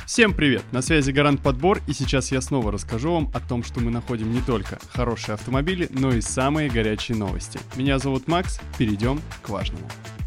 Всем привет! На связи Гарант Подбор, и сейчас я снова расскажу вам о том, что мы находим не только хорошие автомобили, но и самые горячие новости. Меня зовут Макс, перейдем к важному.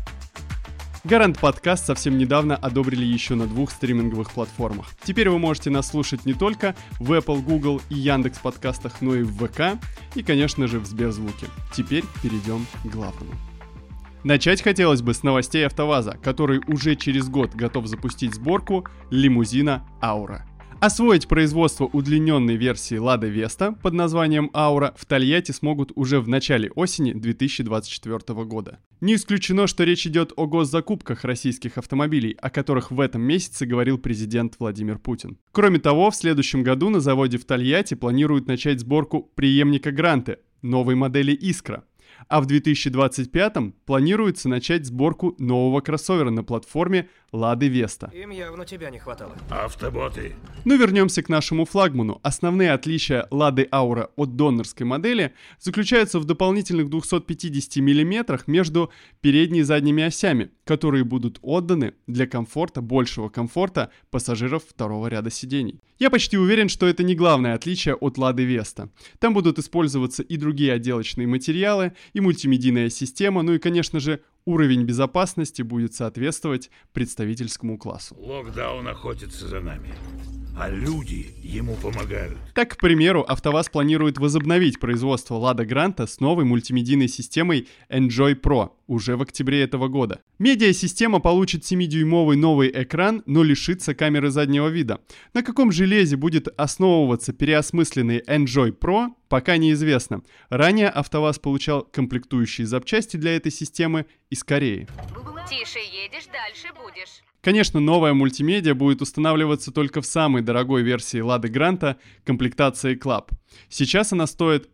Гарант Подкаст совсем недавно одобрили еще на 2 стриминговых платформах. Теперь вы можете нас слушать не только в Apple, Google и Яндекс подкастах, но и в ВК и, конечно же, в Сберзвуке. Теперь перейдем к главному. Начать хотелось бы с новостей АвтоВАЗа, который уже через год готов запустить сборку лимузина Аура. Освоить производство удлиненной версии Lada Vesta под названием Аура в Тольятти смогут уже в начале осени 2024 года. Не исключено, что речь идет о госзакупках российских автомобилей, о которых в этом месяце говорил президент Владимир Путин. Кроме того, в следующем году на заводе в Тольятти планируют начать сборку преемника Гранты, новой модели Искра. А в 2025-м планируется начать сборку нового кроссовера на платформе Lada Vesta. Им явно тебя не хватало. Автоботы. Но вернемся к нашему флагману. Основные отличия Lada Aura от донорской модели заключаются в дополнительных 250 мм между передней и задними осями, которые будут отданы для большего комфорта пассажиров второго ряда сидений. Я почти уверен, что это не главное отличие от Lada Vesta. Там будут использоваться и другие отделочные материалы, и мультимедийная система, ну и, конечно же, уровень безопасности будет соответствовать представительскому классу. Локдаун охотится за нами, а люди ему помогают. Так, к примеру, АвтоВАЗ планирует возобновить производство Lada Granta с новой мультимедийной системой Enjoy Pro уже в октябре этого года. Медиасистема получит 7-дюймовый новый экран, но лишится камеры заднего вида. На каком железе будет основываться переосмысленный Enjoy Pro, пока неизвестно. Ранее АвтоВАЗ получал комплектующие запчасти для этой системы из Кореи. Тише едешь, дальше будешь. Конечно, новая мультимедиа будет устанавливаться только в самой дорогой версии Lada Granta комплектации Club. Сейчас она стоит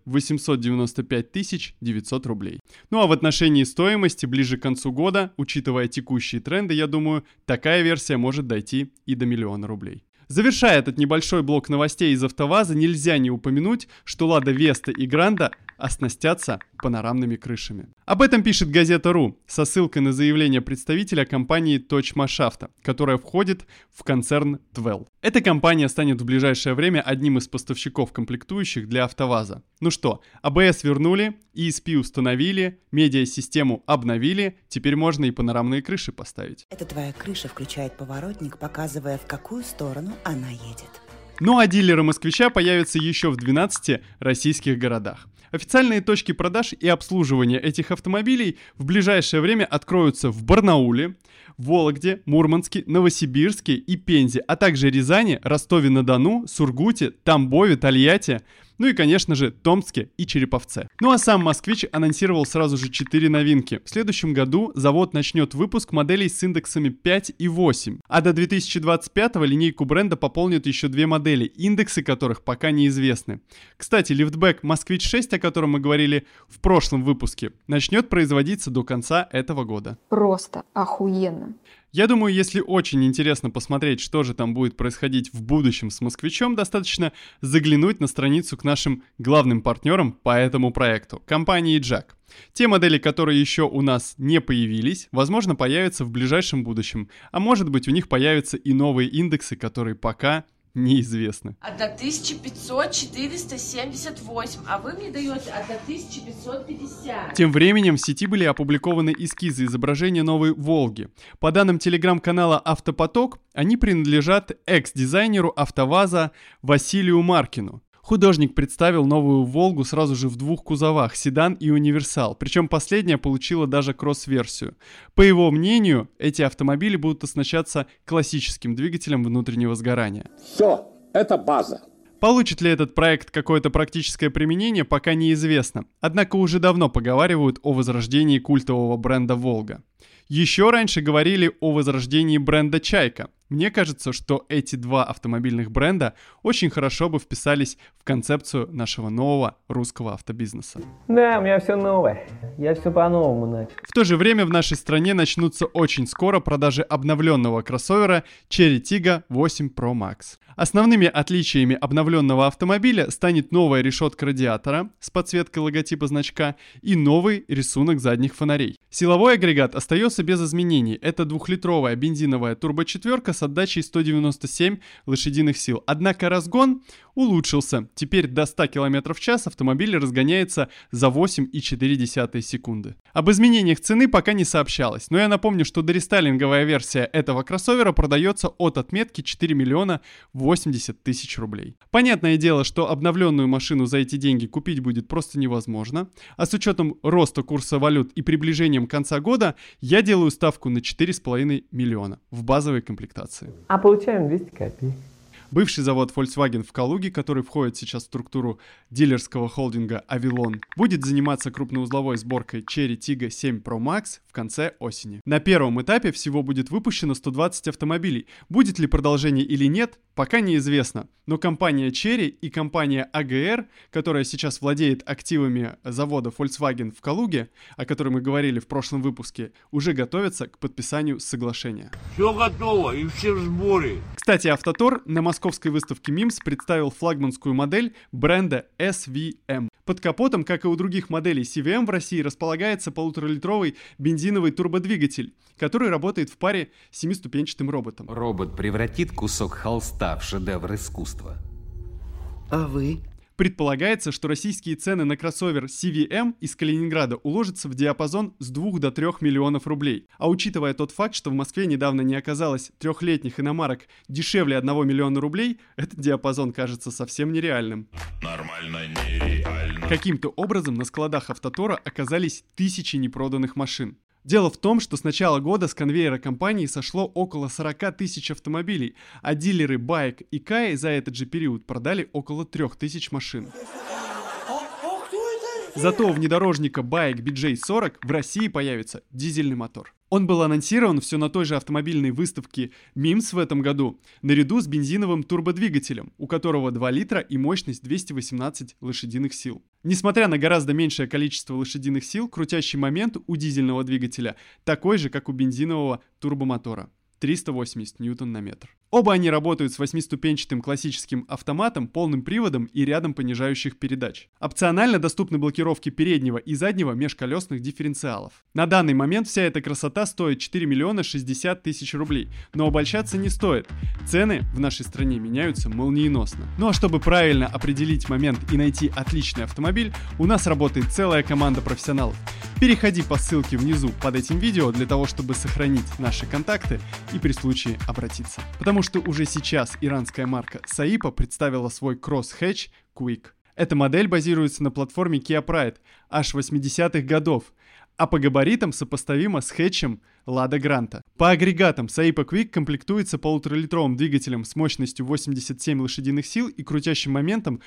895 900 рублей. Ну а в отношении стоимости ближе к концу года, учитывая текущие тренды, я думаю, такая версия может дойти и до 1 000 000 рублей. Завершая этот небольшой блок новостей из АвтоВАЗа, нельзя не упомянуть, что Lada Vesta и Granta оснастятся панорамными крышами. Об этом пишет Газета.ру со ссылкой на заявление представителя компании Точмашавто, которая входит в концерн Твелл. Эта компания станет в ближайшее время одним из поставщиков комплектующих для АвтоВАЗа. Ну что, АБС вернули, ESP установили, медиасистему обновили, теперь можно и панорамные крыши поставить. Эта твоя крыша включает поворотник, показывая, в какую сторону она едет. Ну а дилеры «Москвича» появятся еще в 12 российских городах. Официальные точки продаж и обслуживания этих автомобилей в ближайшее время откроются в Барнауле, Вологде, Мурманске, Новосибирске и Пензе, а также Рязани, Ростове-на-Дону, Сургуте, Тамбове, Тольятти, ну и, конечно же, Томске и Череповце. Ну а сам «Москвич» анонсировал сразу же 4 новинки. В следующем году завод начнет выпуск моделей с индексами 5 и 8, а до 2025-го линейку бренда пополнят еще 2 модели, индексы которых пока неизвестны. Кстати, лифтбэк «Москвич-6», о котором мы говорили в прошлом выпуске, начнет производиться до конца этого года. Просто охуенно. Я думаю, если очень интересно посмотреть, что же там будет происходить в будущем с «Москвичом», достаточно заглянуть на страницу к нашим главным партнерам по этому проекту – компании JAC. Те модели, которые еще у нас не появились, возможно, появятся в ближайшем будущем, а может быть, у них появятся и новые индексы, которые пока неизвестны. 1500-478, а вы мне даете 1550. Тем временем в сети были опубликованы эскизы изображения новой «Волги». По данным телеграм-канала «Автопоток», они принадлежат экс-дизайнеру АвтоВАЗа Василию Маркину. Художник представил новую «Волгу» сразу же в 2 кузовах – седан и универсал, причем последняя получила даже кросс-версию. По его мнению, эти автомобили будут оснащаться классическим двигателем внутреннего сгорания. Все, это база. Получит ли этот проект какое-то практическое применение, пока неизвестно. Однако уже давно поговаривают о возрождении культового бренда «Волга». Еще раньше говорили о возрождении бренда «Чайка». Мне кажется, что эти 2 автомобильных бренда очень хорошо бы вписались в концепцию нашего нового русского автобизнеса. Да, у меня все новое. Я все по-новому начал. В то же время в нашей стране начнутся очень скоро продажи обновленного кроссовера Chery Tiggo 8 Pro Max. Основными отличиями обновленного автомобиля станет новая решетка радиатора с подсветкой логотипа значка и новый рисунок задних фонарей. Силовой агрегат остается без изменений. Это 2-литровая бензиновая турбочетверка с отдачей 197 лошадиных сил. Однако разгон улучшился. Теперь до 100 км в час автомобиль разгоняется за 8,4 секунды. Об изменениях цены пока не сообщалось, но я напомню, что дорестайлинговая версия этого кроссовера продается от отметки 4 миллиона 80 тысяч рублей. Понятное дело, что обновленную машину за эти деньги купить будет просто невозможно, а с учетом роста курса валют и приближением конца года я делаю ставку на 4,5 миллиона в базовой комплектации. А получаем 200 копеек. Бывший завод Volkswagen в Калуге, который входит сейчас в структуру дилерского холдинга Avilon, будет заниматься крупноузловой сборкой Chery Tiggo 7 Pro Max в конце осени. На первом этапе всего будет выпущено 120 автомобилей. Будет ли продолжение или нет, пока неизвестно. Но компания Chery и компания AGR, которая сейчас владеет активами завода Volkswagen в Калуге, о котором мы говорили в прошлом выпуске, уже готовятся к подписанию соглашения. Все готово и все в сборе. Кстати, Автотор на московской выставке МИМС представил флагманскую модель бренда SVM. Под капотом, как и у других моделей CVM в России, располагается 1,5-литровый бензиновый турбодвигатель, который работает в паре с 7-ступенчатым роботом. Робот превратит кусок холста в шедевр искусства. А вы? Предполагается, что российские цены на кроссовер CVM из Калининграда уложатся в диапазон с 2 до 3 миллионов рублей. А учитывая тот факт, что в Москве недавно не оказалось трехлетних иномарок дешевле 1 миллиона рублей, этот диапазон кажется совсем нереальным. Нормально, нереально. Каким-то образом на складах Автотора оказались тысячи непроданных машин. Дело в том, что с начала года с конвейера компании сошло около 40 тысяч автомобилей, а дилеры Байк и Кай за этот же период продали около 3000 машин. Зато у внедорожника Байк BJ40 в России появится дизельный мотор. Он был анонсирован все на той же автомобильной выставке МИМС в этом году, наряду с бензиновым турбодвигателем, у которого 2 литра и мощность 218 лошадиных сил. Несмотря на гораздо меньшее количество лошадиных сил, крутящий момент у дизельного двигателя такой же, как у бензинового турбомотора. 380 ньютон на метр. Оба они работают с 8-ступенчатым классическим автоматом, полным приводом и рядом понижающих передач. Опционально доступны блокировки переднего и заднего межколесных дифференциалов. На данный момент вся эта красота стоит 4 миллиона 60 тысяч рублей, но обольщаться не стоит. Цены в нашей стране меняются молниеносно. Ну а чтобы правильно определить момент и найти отличный автомобиль, у нас работает целая команда профессионалов. Переходи по ссылке внизу под этим видео для того, чтобы сохранить наши контакты и при случае обратиться. Потому что уже сейчас иранская марка Saipa представила свой Crosshatch Quick. Эта модель базируется на платформе Kia Pride аж 80-х годов, а по габаритам сопоставима с хэтчем Lada Granta. По агрегатам Saipa Quick комплектуется 1,5-литровым двигателем с мощностью 87 лошадиных сил и крутящим моментом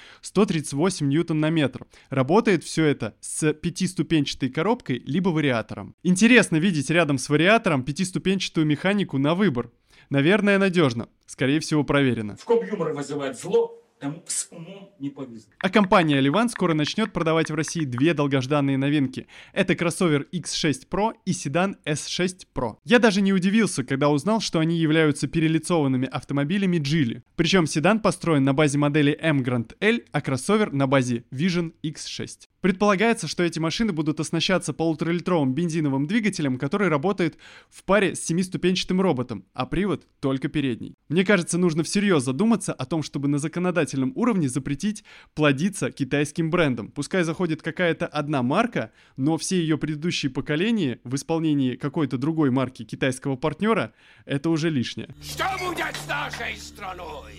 138 ньютон на метр. Работает все это с 5-ступенчатой коробкой либо вариатором. Интересно видеть рядом с вариатором 5-ступенчатую механику на выбор. Наверное, надежно. Скорее всего, проверено. Скоп юмора вызывает зло. Тому с умом не повезло. А компания Ливан скоро начнет продавать в России 2 долгожданные новинки. Это кроссовер X6 Pro и седан S6 Pro. Я даже не удивился, когда узнал, что они являются перелицованными автомобилями Geely. Причем седан построен на базе модели M Grand L, а кроссовер на базе Vision X6. Предполагается, что эти машины будут оснащаться 1,5-литровым бензиновым двигателем, который работает в паре с 7-ступенчатым роботом, а привод только передний. Мне кажется, нужно всерьез задуматься о том, чтобы на законодательном уровне запретить плодиться китайским брендом. Пускай заходит какая-то одна марка, но все ее предыдущие поколения в исполнении какой-то другой марки китайского партнера — это уже лишнее. Что будет с нашей страной?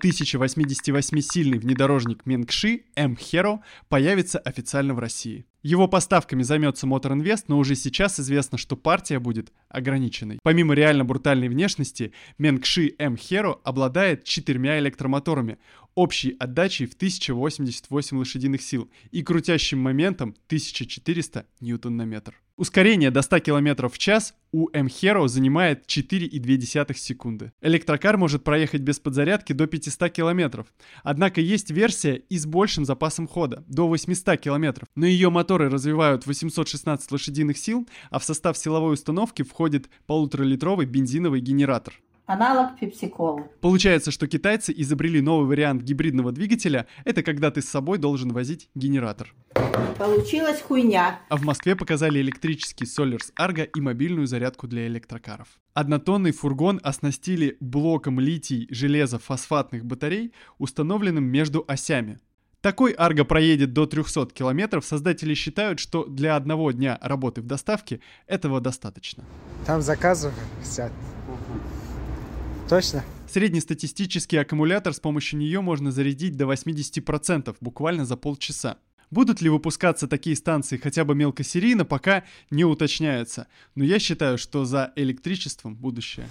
1088-сильный внедорожник Менгши M-Hero появится официально в России. Его поставками займется Motor Invest, но уже сейчас известно, что партия будет ограниченной. Помимо реально брутальной внешности, Менгши M-Hero обладает 4 электромоторами, общей отдачей в 1088 лошадиных сил и крутящим моментом 1400 ньютон на метр. Ускорение до 100 км в час у M-Hero занимает 4,2 секунды. Электрокар может проехать без подзарядки до 500 км. Однако есть версия и с большим запасом хода, до 800 км. Но ее моторы развивают 816 лошадиных сил, а в состав силовой установки входит 1,5-литровый бензиновый генератор. Аналог пепси-колы. Получается, что китайцы изобрели новый вариант гибридного двигателя. Это когда ты с собой должен возить генератор. Получилась хуйня. А в Москве показали электрический Solers Argo и мобильную зарядку для электрокаров. Однотонный фургон оснастили блоком литий-железо-фосфатных батарей, установленным между осями. Такой Argo проедет до 300 километров. Создатели считают, что для одного дня работы в доставке этого достаточно. Там заказы висят. Точно? Среднестатистический аккумулятор, с помощью нее можно зарядить до 80% буквально за полчаса. Будут ли выпускаться такие станции хотя бы мелкосерийно, пока не уточняется. Но я считаю, что за электричеством будущее.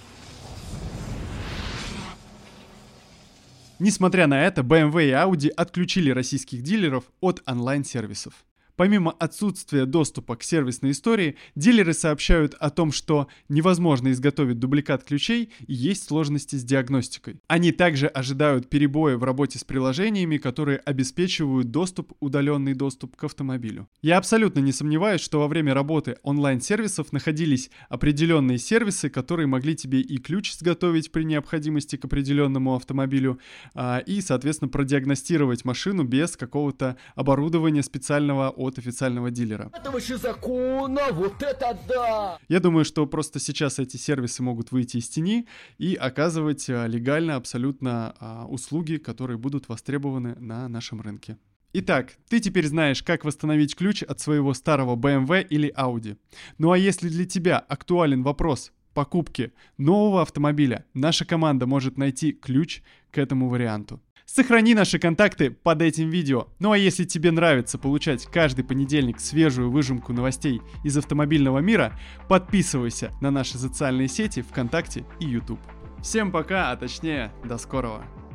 Несмотря на это, BMW и Audi отключили российских дилеров от онлайн-сервисов. Помимо отсутствия доступа к сервисной истории, дилеры сообщают о том, что невозможно изготовить дубликат ключей и есть сложности с диагностикой. Они также ожидают перебоя в работе с приложениями, которые обеспечивают удаленный доступ к автомобилю. Я абсолютно не сомневаюсь, что во время работы онлайн-сервисов находились определенные сервисы, которые могли тебе и ключ изготовить при необходимости к определенному автомобилю, и, соответственно, продиагностировать машину без какого-то оборудования специального от официального дилера. Это вообще законно, вот это да! Я думаю, что просто сейчас эти сервисы могут выйти из тени и оказывать легально абсолютно услуги, которые будут востребованы на нашем рынке. Итак, ты теперь знаешь, как восстановить ключ от своего старого BMW или Audi. Ну а если для тебя актуален вопрос покупки нового автомобиля, наша команда может найти ключ к этому варианту. Сохрани наши контакты под этим видео. Ну а если тебе нравится получать каждый понедельник свежую выжимку новостей из автомобильного мира, подписывайся на наши социальные сети ВКонтакте и YouTube. Всем пока, а точнее, до скорого.